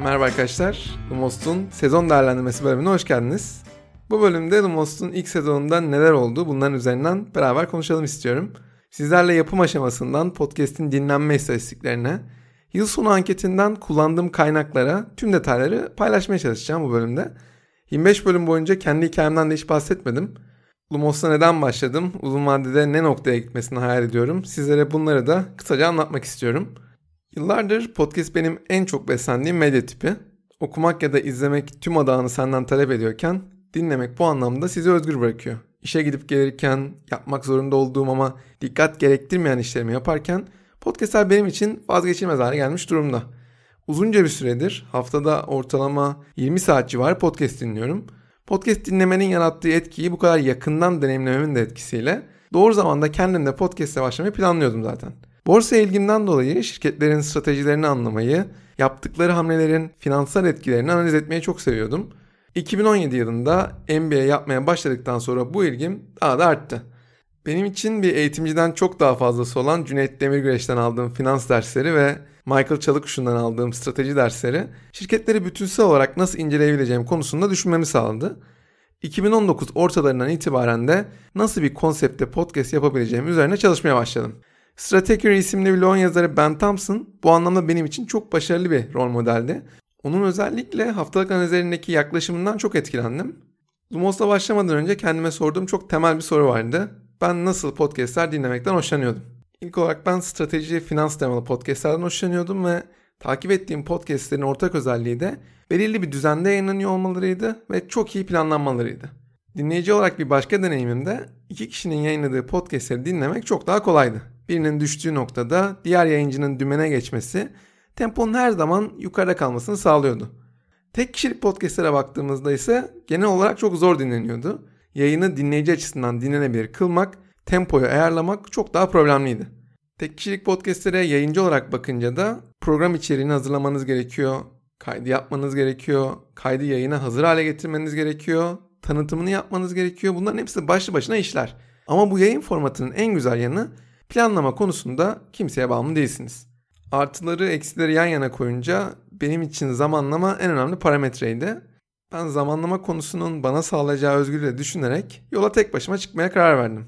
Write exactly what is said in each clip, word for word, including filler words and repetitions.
Merhaba arkadaşlar, Lumos'un sezon değerlendirmesi bölümüne hoş geldiniz. Bu bölümde Lumos'un ilk sezonunda neler oldu bunların üzerinden beraber konuşalım istiyorum. Sizlerle yapım aşamasından podcast'in dinlenme istatistiklerine, yıl sonu anketinden kullandığım kaynaklara tüm detayları paylaşmaya çalışacağım bu bölümde. yirmi beş bölüm boyunca kendi hikayemden de hiç bahsetmedim. Lumos'ta neden başladım, uzun vadede ne noktaya gitmesini hayal ediyorum. Sizlere bunları da kısaca anlatmak istiyorum. Yıllardır podcast benim en çok beslendiğim medya tipi. Okumak ya da izlemek tüm adağını senden talep ediyorken dinlemek bu anlamda sizi özgür bırakıyor. İşe gidip gelirken, yapmak zorunda olduğum ama dikkat gerektirmeyen işlerimi yaparken podcastler benim için vazgeçilmez hale gelmiş durumda. Uzunca bir süredir haftada ortalama yirmi saat civarı podcast dinliyorum. Podcast dinlemenin yarattığı etkiyi bu kadar yakından deneyimlememin de etkisiyle doğru zamanda kendim de podcast'e başlamayı planlıyordum zaten. Borsaya ilgimden dolayı şirketlerin stratejilerini anlamayı, yaptıkları hamlelerin finansal etkilerini analiz etmeyi çok seviyordum. iki bin on yedi yılında M B A yapmaya başladıktan sonra bu ilgim daha da arttı. Benim için bir eğitimciden çok daha fazlası olan Cüneyt Demirgüreş'ten aldığım finans dersleri ve Michael Çalıkuş'undan aldığım strateji dersleri şirketleri bütünsel olarak nasıl inceleyebileceğim konusunda düşünmemi sağladı. iki bin on dokuz ortalarından itibaren de nasıl bir konsepte podcast yapabileceğim üzerine çalışmaya başladım. Strategy isimli vlogun yazarı Ben Thompson bu anlamda benim için çok başarılı bir rol modeldi. Onun özellikle haftalık analizlerindeki yaklaşımından çok etkilendim. Lumos'la başlamadan önce kendime sorduğum çok temel bir soru vardı. Ben nasıl podcastler dinlemekten hoşlanıyordum? İlk olarak ben strateji, finans temalı podcastlerden hoşlanıyordum ve takip ettiğim podcastlerin ortak özelliği de belirli bir düzende yayınlanıyor olmalarıydı ve çok iyi planlanmalarıydı. Dinleyici olarak bir başka deneyimimde iki kişinin yayınladığı podcastleri dinlemek çok daha kolaydı. Birinin düştüğü noktada diğer yayıncının dümene geçmesi temponun her zaman yukarıda kalmasını sağlıyordu. Tek kişilik podcastlere baktığımızda ise genel olarak çok zor dinleniyordu. Yayını dinleyici açısından dinlenebilir kılmak, tempoyu ayarlamak çok daha problemliydi. Tek kişilik podcastlere yayıncı olarak bakınca da program içeriğini hazırlamanız gerekiyor, kaydı yapmanız gerekiyor, kaydı yayına hazır hale getirmeniz gerekiyor, tanıtımını yapmanız gerekiyor. Bunların hepsi başlı başına işler. Ama bu yayın formatının en güzel yanı planlama konusunda kimseye bağımlı değilsiniz. Artıları eksileri yan yana koyunca benim için zamanlama en önemli parametreydi. Ben zamanlama konusunun bana sağlayacağı özgürlüğü düşünerek yola tek başıma çıkmaya karar verdim.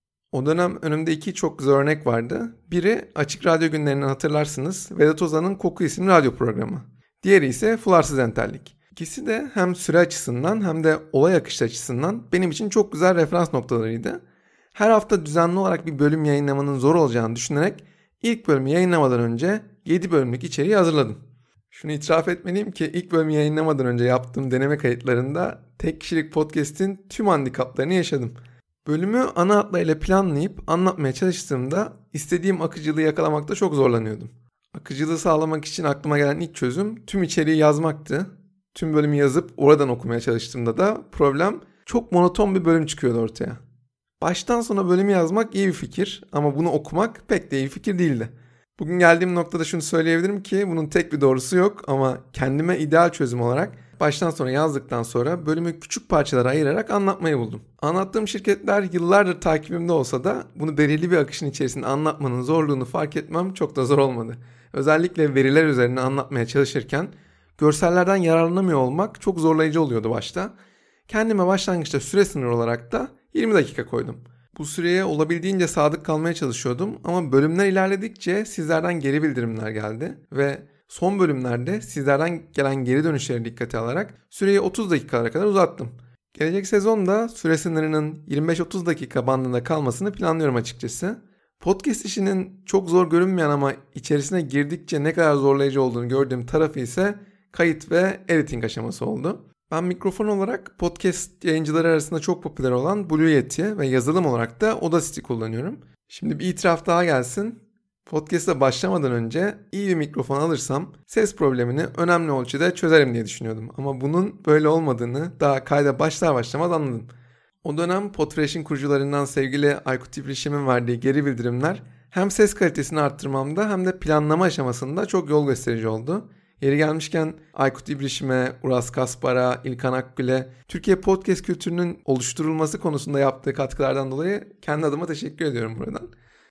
O dönem önümde iki çok güzel örnek vardı. Biri Açık Radyo günlerinden hatırlarsınız Vedat Ozan'ın Koku isimli radyo programı. Diğeri ise Fularsız Entellik. İkisi de hem süre açısından hem de olay akışı açısından benim için çok güzel referans noktalarıydı. Her hafta düzenli olarak bir bölüm yayınlamanın zor olacağını düşünerek ilk bölümü yayınlamadan önce yedi bölümlük içeriği hazırladım. Şunu itiraf etmeliyim ki ilk bölümü yayınlamadan önce yaptığım deneme kayıtlarında tek kişilik podcast'in tüm handikaplarını yaşadım. Bölümü ana hatlarıyla planlayıp anlatmaya çalıştığımda istediğim akıcılığı yakalamakta çok zorlanıyordum. Akıcılığı sağlamak için aklıma gelen ilk çözüm tüm içeriği yazmaktı. Tüm bölümü yazıp oradan okumaya çalıştığımda da problem çok monoton bir bölüm çıkıyordu ortaya. Baştan sona bölümü yazmak iyi bir fikir ama bunu okumak pek de iyi bir fikir değildi. Bugün geldiğim noktada şunu söyleyebilirim ki bunun tek bir doğrusu yok ama kendime ideal çözüm olarak baştan sona yazdıktan sonra bölümü küçük parçalara ayırarak anlatmayı buldum. Anlattığım şirketler yıllardır takibimde olsa da bunu belirli bir akışın içerisinde anlatmanın zorluğunu fark etmem çok da zor olmadı. Özellikle veriler üzerine anlatmaya çalışırken görsellerden yararlanamıyor olmak çok zorlayıcı oluyordu başta. Kendime başlangıçta süre sınırı olarak da yirmi dakika koydum. Bu süreye olabildiğince sadık kalmaya çalışıyordum ama bölümler ilerledikçe sizlerden geri bildirimler geldi ve son bölümlerde sizlerden gelen geri dönüşleri dikkate alarak süreyi otuz dakikalara kadar uzattım. Gelecek sezonda süre sınırının yirmi beş otuz dakika bandında kalmasını planlıyorum açıkçası. Podcast işinin çok zor görünmeyen ama içerisine girdikçe ne kadar zorlayıcı olduğunu gördüğüm tarafı ise kayıt ve editing aşaması oldu. Ben mikrofon olarak podcast yayıncıları arasında çok popüler olan Blue Yeti ve yazılım olarak da Audacity kullanıyorum. Şimdi bir itiraf daha gelsin. Podcast'a başlamadan önce iyi bir mikrofon alırsam ses problemini önemli ölçüde çözerim diye düşünüyordum. Ama bunun böyle olmadığını daha kayda başlar başlamaz anladım. O dönem Podfresh'in kurucularından sevgili Aykut İbrişim'in verdiği geri bildirimler hem ses kalitesini arttırmamda hem de planlama aşamasında çok yol gösterici oldu. Yeri gelmişken Aykut İbrişim'e, Uras Kaspar'a, İlkan Akgül'e Türkiye podcast kültürünün oluşturulması konusunda yaptığı katkılardan dolayı kendi adıma teşekkür ediyorum buradan.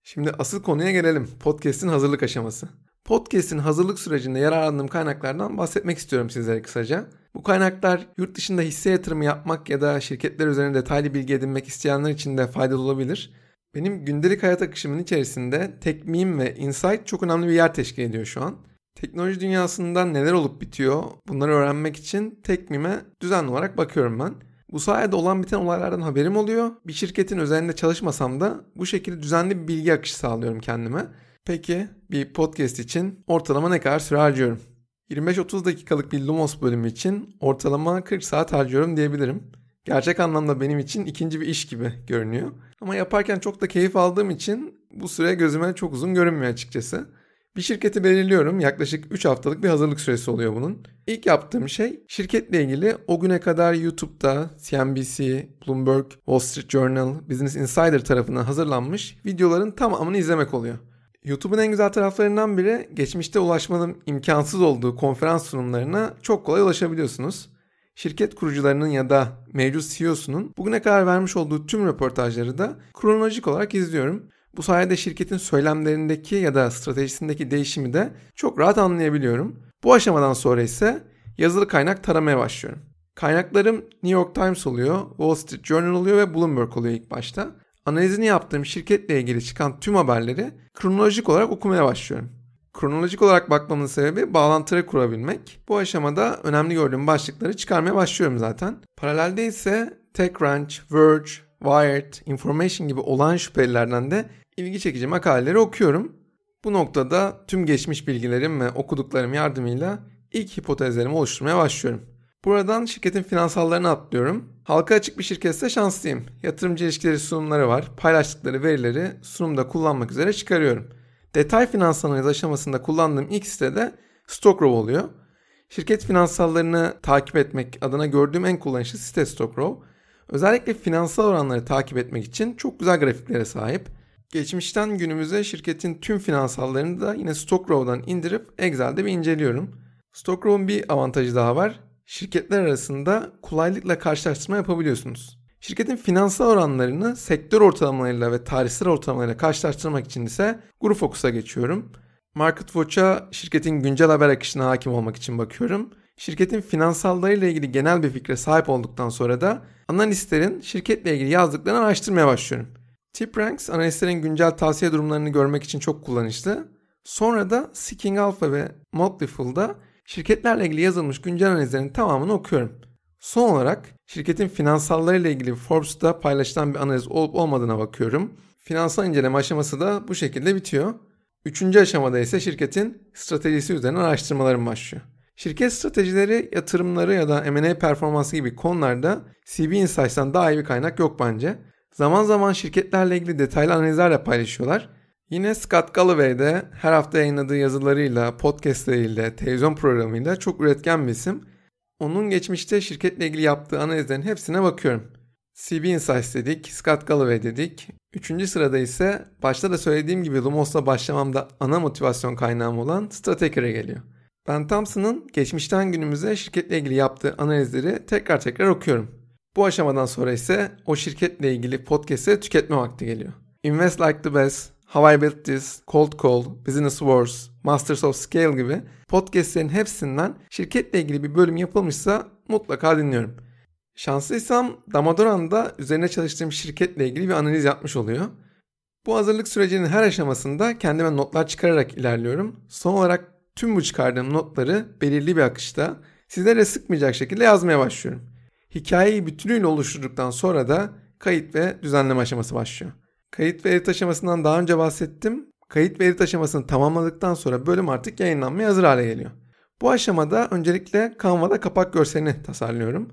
Şimdi asıl konuya gelelim. Podcast'in hazırlık aşaması. Podcast'in hazırlık sürecinde yararlandığım kaynaklardan bahsetmek istiyorum sizlere kısaca. Bu kaynaklar yurt dışında hisse yatırımı yapmak ya da şirketler üzerine detaylı bilgi edinmek isteyenler için de faydalı olabilir. Benim gündelik hayat akışımın içerisinde TechMeme ve Insight çok önemli bir yer teşkil ediyor şu an. Teknoloji dünyasında neler olup bitiyor bunları öğrenmek için TechMeme'e düzenli olarak bakıyorum ben. Bu sayede olan biten olaylardan haberim oluyor. Bir şirketin üzerinde çalışmasam da bu şekilde düzenli bir bilgi akışı sağlıyorum kendime. Peki bir podcast için ortalama ne kadar süre harcıyorum? yirmi beş otuz dakikalık bir Lumos bölümü için ortalama kırk saat harcıyorum diyebilirim. Gerçek anlamda benim için ikinci bir iş gibi görünüyor. Ama yaparken çok da keyif aldığım için bu süre gözüme çok uzun görünmüyor açıkçası. Bir şirketi belirliyorum. Yaklaşık üç haftalık bir hazırlık süresi oluyor bunun. İlk yaptığım şey şirketle ilgili o güne kadar YouTube'da C N B C, Bloomberg, Wall Street Journal, Business Insider tarafından hazırlanmış videoların tamamını izlemek oluyor. YouTube'un en güzel taraflarından biri geçmişte ulaşmanın imkansız olduğu konferans sunumlarına çok kolay ulaşabiliyorsunuz. Şirket kurucularının ya da mevcut C E O'sunun bugüne kadar vermiş olduğu tüm röportajları da kronolojik olarak izliyorum. Bu sayede şirketin söylemlerindeki ya da stratejisindeki değişimi de çok rahat anlayabiliyorum. Bu aşamadan sonra ise yazılı kaynak taramaya başlıyorum. Kaynaklarım New York Times oluyor, Wall Street Journal oluyor ve Bloomberg oluyor ilk başta. Analizini yaptığım şirketle ilgili çıkan tüm haberleri kronolojik olarak okumaya başlıyorum. Kronolojik olarak bakmamın sebebi bağlantıları kurabilmek. Bu aşamada önemli gördüğüm başlıkları çıkarmaya başlıyorum zaten. Paralelde ise TechCrunch, Verge, Wired, Information gibi olağan şüphelilerden de ilgi çekici makaleleri okuyorum. Bu noktada tüm geçmiş bilgilerim ve okuduklarım yardımıyla ilk hipotezlerimi oluşturmaya başlıyorum. Buradan şirketin finansallarını atlıyorum. Halka açık bir şirketse şanslıyım. Yatırımcı ilişkileri sunumları var. Paylaştıkları verileri sunumda kullanmak üzere çıkarıyorum. Detay finans analiz aşamasında kullandığım ilk site de StockRow oluyor. Şirket finansallarını takip etmek adına gördüğüm en kullanışlı site StockRow. Özellikle finansal oranları takip etmek için çok güzel grafiklere sahip. Geçmişten günümüze şirketin tüm finansallarını da yine StockRow'dan indirip Excel'de bir inceliyorum. StockRow'un bir avantajı daha var. Şirketler arasında kolaylıkla karşılaştırma yapabiliyorsunuz. Şirketin finansal oranlarını sektör ortalamalarıyla ve tarihsel ortalamalarıyla karşılaştırmak için ise GuruFocus'a geçiyorum. MarketWatch'a şirketin güncel haber akışına hakim olmak için bakıyorum. Şirketin finansallarıyla ilgili genel bir fikre sahip olduktan sonra da analistlerin şirketle ilgili yazdıklarını araştırmaya başlıyorum. TipRanks analistlerin güncel tavsiye durumlarını görmek için çok kullanışlı. Sonra da Seeking Alpha ve Motley Fool'da şirketlerle ilgili yazılmış güncel analizlerin tamamını okuyorum. Son olarak şirketin finansallarıyla ilgili Forbes'ta paylaşılan bir analiz olup olmadığına bakıyorum. Finansal inceleme aşaması da bu şekilde bitiyor. Üçüncü aşamada ise şirketin stratejisi üzerine araştırmalarım başlıyor. Şirket stratejileri, yatırımları ya da M and A performansı gibi konularda C B Insights'tan daha iyi bir kaynak yok bence. Zaman zaman şirketlerle ilgili detaylı analizler de paylaşıyorlar. Yine Scott Galloway de her hafta yayınladığı yazılarıyla, podcastleriyle, televizyon programıyla çok üretken bir isim. Onun geçmişte şirketle ilgili yaptığı analizlerin hepsine bakıyorum. C B Insights dedik, Scott Galloway dedik. Üçüncü sırada ise başta da söylediğim gibi Lumos'la başlamamda ana motivasyon kaynağım olan Stratechery'e geliyor. Ben Thompson'ın geçmişten günümüze şirketle ilgili yaptığı analizleri tekrar tekrar okuyorum. Bu aşamadan sonra ise o şirketle ilgili podcast'ı tüketme vakti geliyor. Invest Like the Best, How I Built This, Cold Call, Business Wars, Masters of Scale gibi podcastlerin hepsinden şirketle ilgili bir bölüm yapılmışsa mutlaka dinliyorum. Şanslıysam Damodaran da üzerine çalıştığım şirketle ilgili bir analiz yapmış oluyor. Bu hazırlık sürecinin her aşamasında kendime notlar çıkararak ilerliyorum. Son olarak tüm bu çıkardığım notları belirli bir akışta sizlere sıkmayacak şekilde yazmaya başlıyorum. Hikayeyi bütünüyle oluşturduktan sonra da kayıt ve düzenleme aşaması başlıyor. Kayıt ve edit aşamasından daha önce bahsettim. Kayıt ve edit aşamasını tamamladıktan sonra bölüm artık yayınlanmaya hazır hale geliyor. Bu aşamada öncelikle Canva'da kapak görselini tasarlıyorum.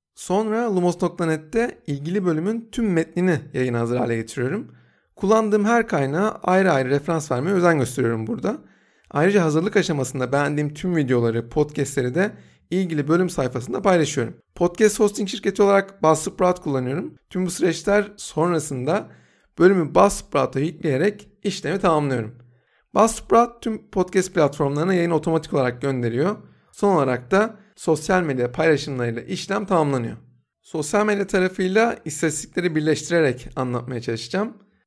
Sonra lumos nokta net'te ilgili bölümün tüm metnini yayına hazır hale getiriyorum. Kullandığım her kaynağa ayrı ayrı referans vermeye özen gösteriyorum burada. Ayrıca hazırlık aşamasında beğendiğim tüm videoları, podcastleri de ilgili bölüm sayfasında paylaşıyorum. Podcast hosting şirketi olarak Buzzsprout kullanıyorum. Tüm bu süreçler sonrasında bölümü Buzzsprout'a yükleyerek işlemi tamamlıyorum. Buzzsprout tüm podcast platformlarına yayını otomatik olarak gönderiyor. Son olarak da sosyal medya paylaşımlarıyla işlem tamamlanıyor. Sosyal medya tarafıyla istatistikleri birleştirerek anlatmaya çalışacağım.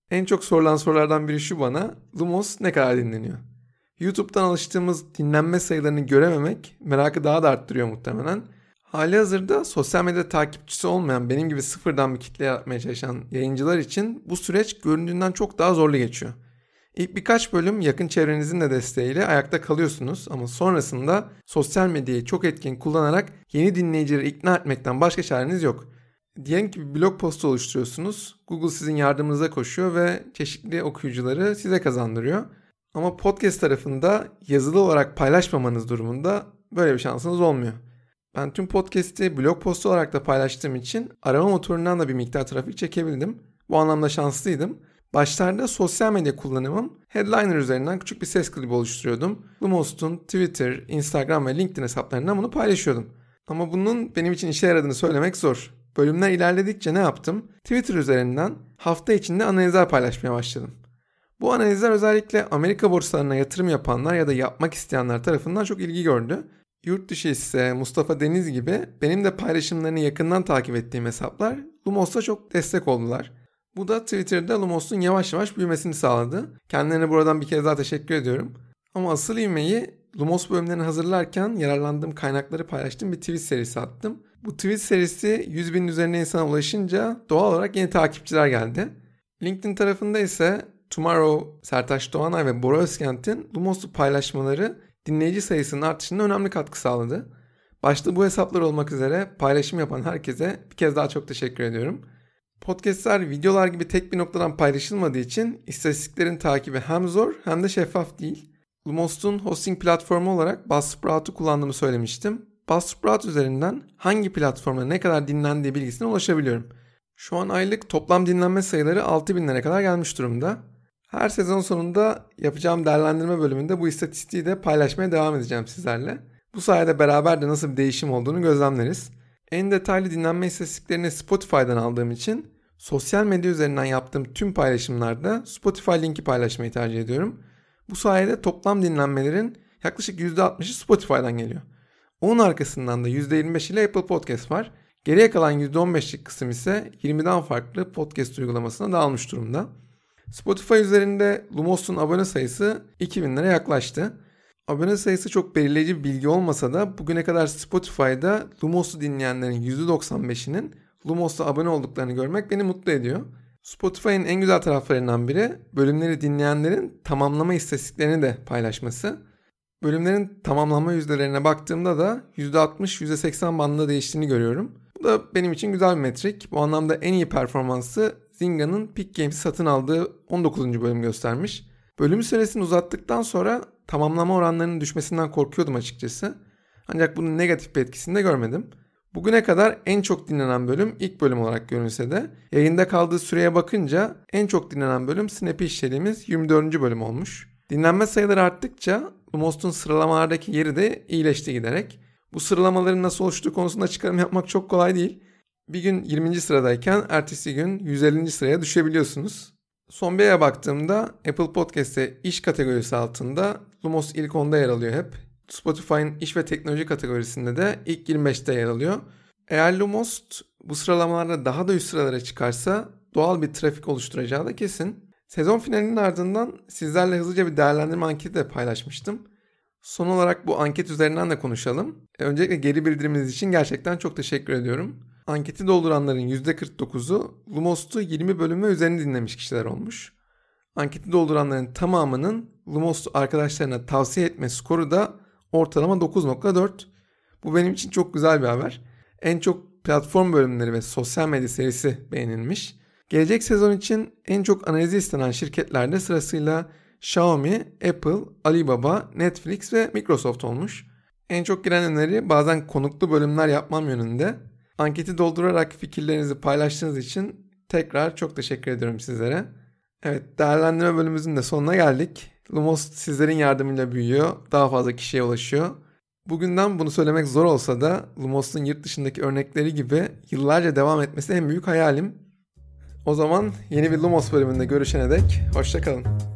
En çok sorulan sorulardan biri şu bana: Lumos ne kadar dinleniyor? YouTube'dan alıştığımız dinlenme sayılarını görememek merakı daha da arttırıyor muhtemelen. Halihazırda sosyal medya takipçisi olmayan, benim gibi sıfırdan bir kitle yaratmaya çalışan yayıncılar için bu süreç göründüğünden çok daha zorlu geçiyor. İlk birkaç bölüm yakın çevrenizin de desteğiyle ayakta kalıyorsunuz ama sonrasında sosyal medyayı çok etkin kullanarak yeni dinleyicileri ikna etmekten başka çareniz yok. Diyelim ki bir blog postu oluşturuyorsunuz. Google sizin yardımınıza koşuyor ve çeşitli okuyucuları size kazandırıyor. Ama podcast tarafında yazılı olarak paylaşmamanız durumunda böyle bir şansınız olmuyor. Ben tüm podcast'i blog postu olarak da paylaştığım için arama motorundan da bir miktar trafik çekebildim. Bu anlamda şanslıydım. Başlarda sosyal medya kullanımım Headliner üzerinden küçük bir ses klibi oluşturuyordum. Lumos'un Twitter, Instagram ve LinkedIn hesaplarından bunu paylaşıyordum. Ama bunun benim için işe yaradığını söylemek zor. Bölümler ilerledikçe ne yaptım? Twitter üzerinden hafta içinde analizler paylaşmaya başladım. Bu analizler özellikle Amerika borsalarına yatırım yapanlar ya da yapmak isteyenler tarafından çok ilgi gördü. Yurt dışı ise Mustafa Deniz gibi benim de paylaşımlarını yakından takip ettiğim hesaplar Lumos'a çok destek oldular. Bu da Twitter'da Lumos'un yavaş yavaş büyümesini sağladı. Kendilerine buradan bir kez daha teşekkür ediyorum. Ama asıl ivmeyi Lumos bölümlerini hazırlarken yararlandığım kaynakları paylaştığım bir tweet serisi attım. Bu tweet serisi yüz binin üzerine insana ulaşınca doğal olarak yeni takipçiler geldi. LinkedIn tarafında ise Tomorrow, Sertaç Doğanay ve Bora Özkent'in Lumos'u paylaşmaları dinleyici sayısının artışına önemli katkı sağladı. Başta bu hesaplar olmak üzere paylaşım yapan herkese bir kez daha çok teşekkür ediyorum. Podcastler videolar gibi tek bir noktadan paylaşılmadığı için istatistiklerin takibi hem zor hem de şeffaf değil. Lumos'un hosting platformu olarak Buzzsprout'u kullandığımı söylemiştim. Buzzsprout üzerinden hangi platformda ne kadar dinlendiği bilgisine ulaşabiliyorum. Şu an aylık toplam dinlenme sayıları altı binlere kadar gelmiş durumda. Her sezon sonunda yapacağım değerlendirme bölümünde bu istatistiği de paylaşmaya devam edeceğim sizlerle. Bu sayede beraber de nasıl bir değişim olduğunu gözlemleriz. En detaylı dinlenme istatistiklerini Spotify'dan aldığım için sosyal medya üzerinden yaptığım tüm paylaşımlarda Spotify linki paylaşmayı tercih ediyorum. Bu sayede toplam dinlenmelerin yaklaşık yüzde altmışı Spotify'dan geliyor. Onun arkasından da yüzde yirmi beş ile Apple Podcast var. Geriye kalan yüzde on beşlik kısım ise yirmiden farklı podcast uygulamasına dağılmış durumda. Spotify üzerinde Lumos'un abone sayısı iki binlere yaklaştı. Abone sayısı çok belirleyici bir bilgi olmasa da bugüne kadar Spotify'da Lumos'u dinleyenlerin yüzde doksan beşinin Lumos'ta abone olduklarını görmek beni mutlu ediyor. Spotify'ın en güzel taraflarından biri bölümleri dinleyenlerin tamamlama istatistiklerini de paylaşması. Bölümlerin tamamlanma yüzdelerine baktığımda da yüzde altmış yüzde seksen bandında değiştiğini görüyorum. Bu da benim için güzel bir metrik. Bu anlamda en iyi performansı Zynga'nın Peak Games'i satın aldığı on dokuzuncu bölüm göstermiş. Bölüm süresini uzattıktan sonra tamamlama oranlarının düşmesinden korkuyordum açıkçası. Ancak bunun negatif bir etkisini de görmedim. Bugüne kadar en çok dinlenen bölüm ilk bölüm olarak görünse de yayında kaldığı süreye bakınca en çok dinlenen bölüm Snap'i işlediğimiz yirmi dördüncü bölüm olmuş. Dinlenme sayıları arttıkça Lumos'un sıralamalardaki yeri de iyileşti giderek. Bu sıralamaların nasıl oluştuğu konusunda çıkarım yapmak çok kolay değil. Bir gün yirminci sıradayken ertesi gün yüz ellinci sıraya düşebiliyorsunuz. Son bir aya baktığımda Apple Podcast'te iş kategorisi altında Lumos ilk onda yer alıyor hep. Spotify'ın iş ve teknoloji kategorisinde de ilk yirmi beşte yer alıyor. Eğer Lumos bu sıralamalarda daha da üst sıralara çıkarsa doğal bir trafik oluşturacağı da kesin. Sezon finalinin ardından sizlerle hızlıca bir değerlendirme anketi de paylaşmıştım. Son olarak bu anket üzerinden de konuşalım. Öncelikle geri bildiriminiz için gerçekten çok teşekkür ediyorum. Anketi dolduranların yüzde kırk dokuzu Lumos'u yirmi bölüm ve üzerine dinlemiş kişiler olmuş. Anketi dolduranların tamamının Lumos'u arkadaşlarına tavsiye etme skoru da ortalama dokuz nokta dört. Bu benim için çok güzel bir haber. En çok platform bölümleri ve sosyal medya serisi beğenilmiş. Gelecek sezon için en çok analizi istenen şirketlerde sırasıyla Xiaomi, Apple, Alibaba, Netflix ve Microsoft olmuş. En çok giren öneri bazen konuklu bölümler yapmam yönünde. Anketi doldurarak fikirlerinizi paylaştığınız için tekrar çok teşekkür ediyorum sizlere. Evet, değerlendirme bölümümüzün de sonuna geldik. Lumos sizlerin yardımıyla büyüyor, daha fazla kişiye ulaşıyor. Bugünden bunu söylemek zor olsa da Lumos'un yurt dışındaki örnekleri gibi yıllarca devam etmesi en büyük hayalim. O zaman yeni bir Lumos bölümünde görüşene dek hoşça kalın.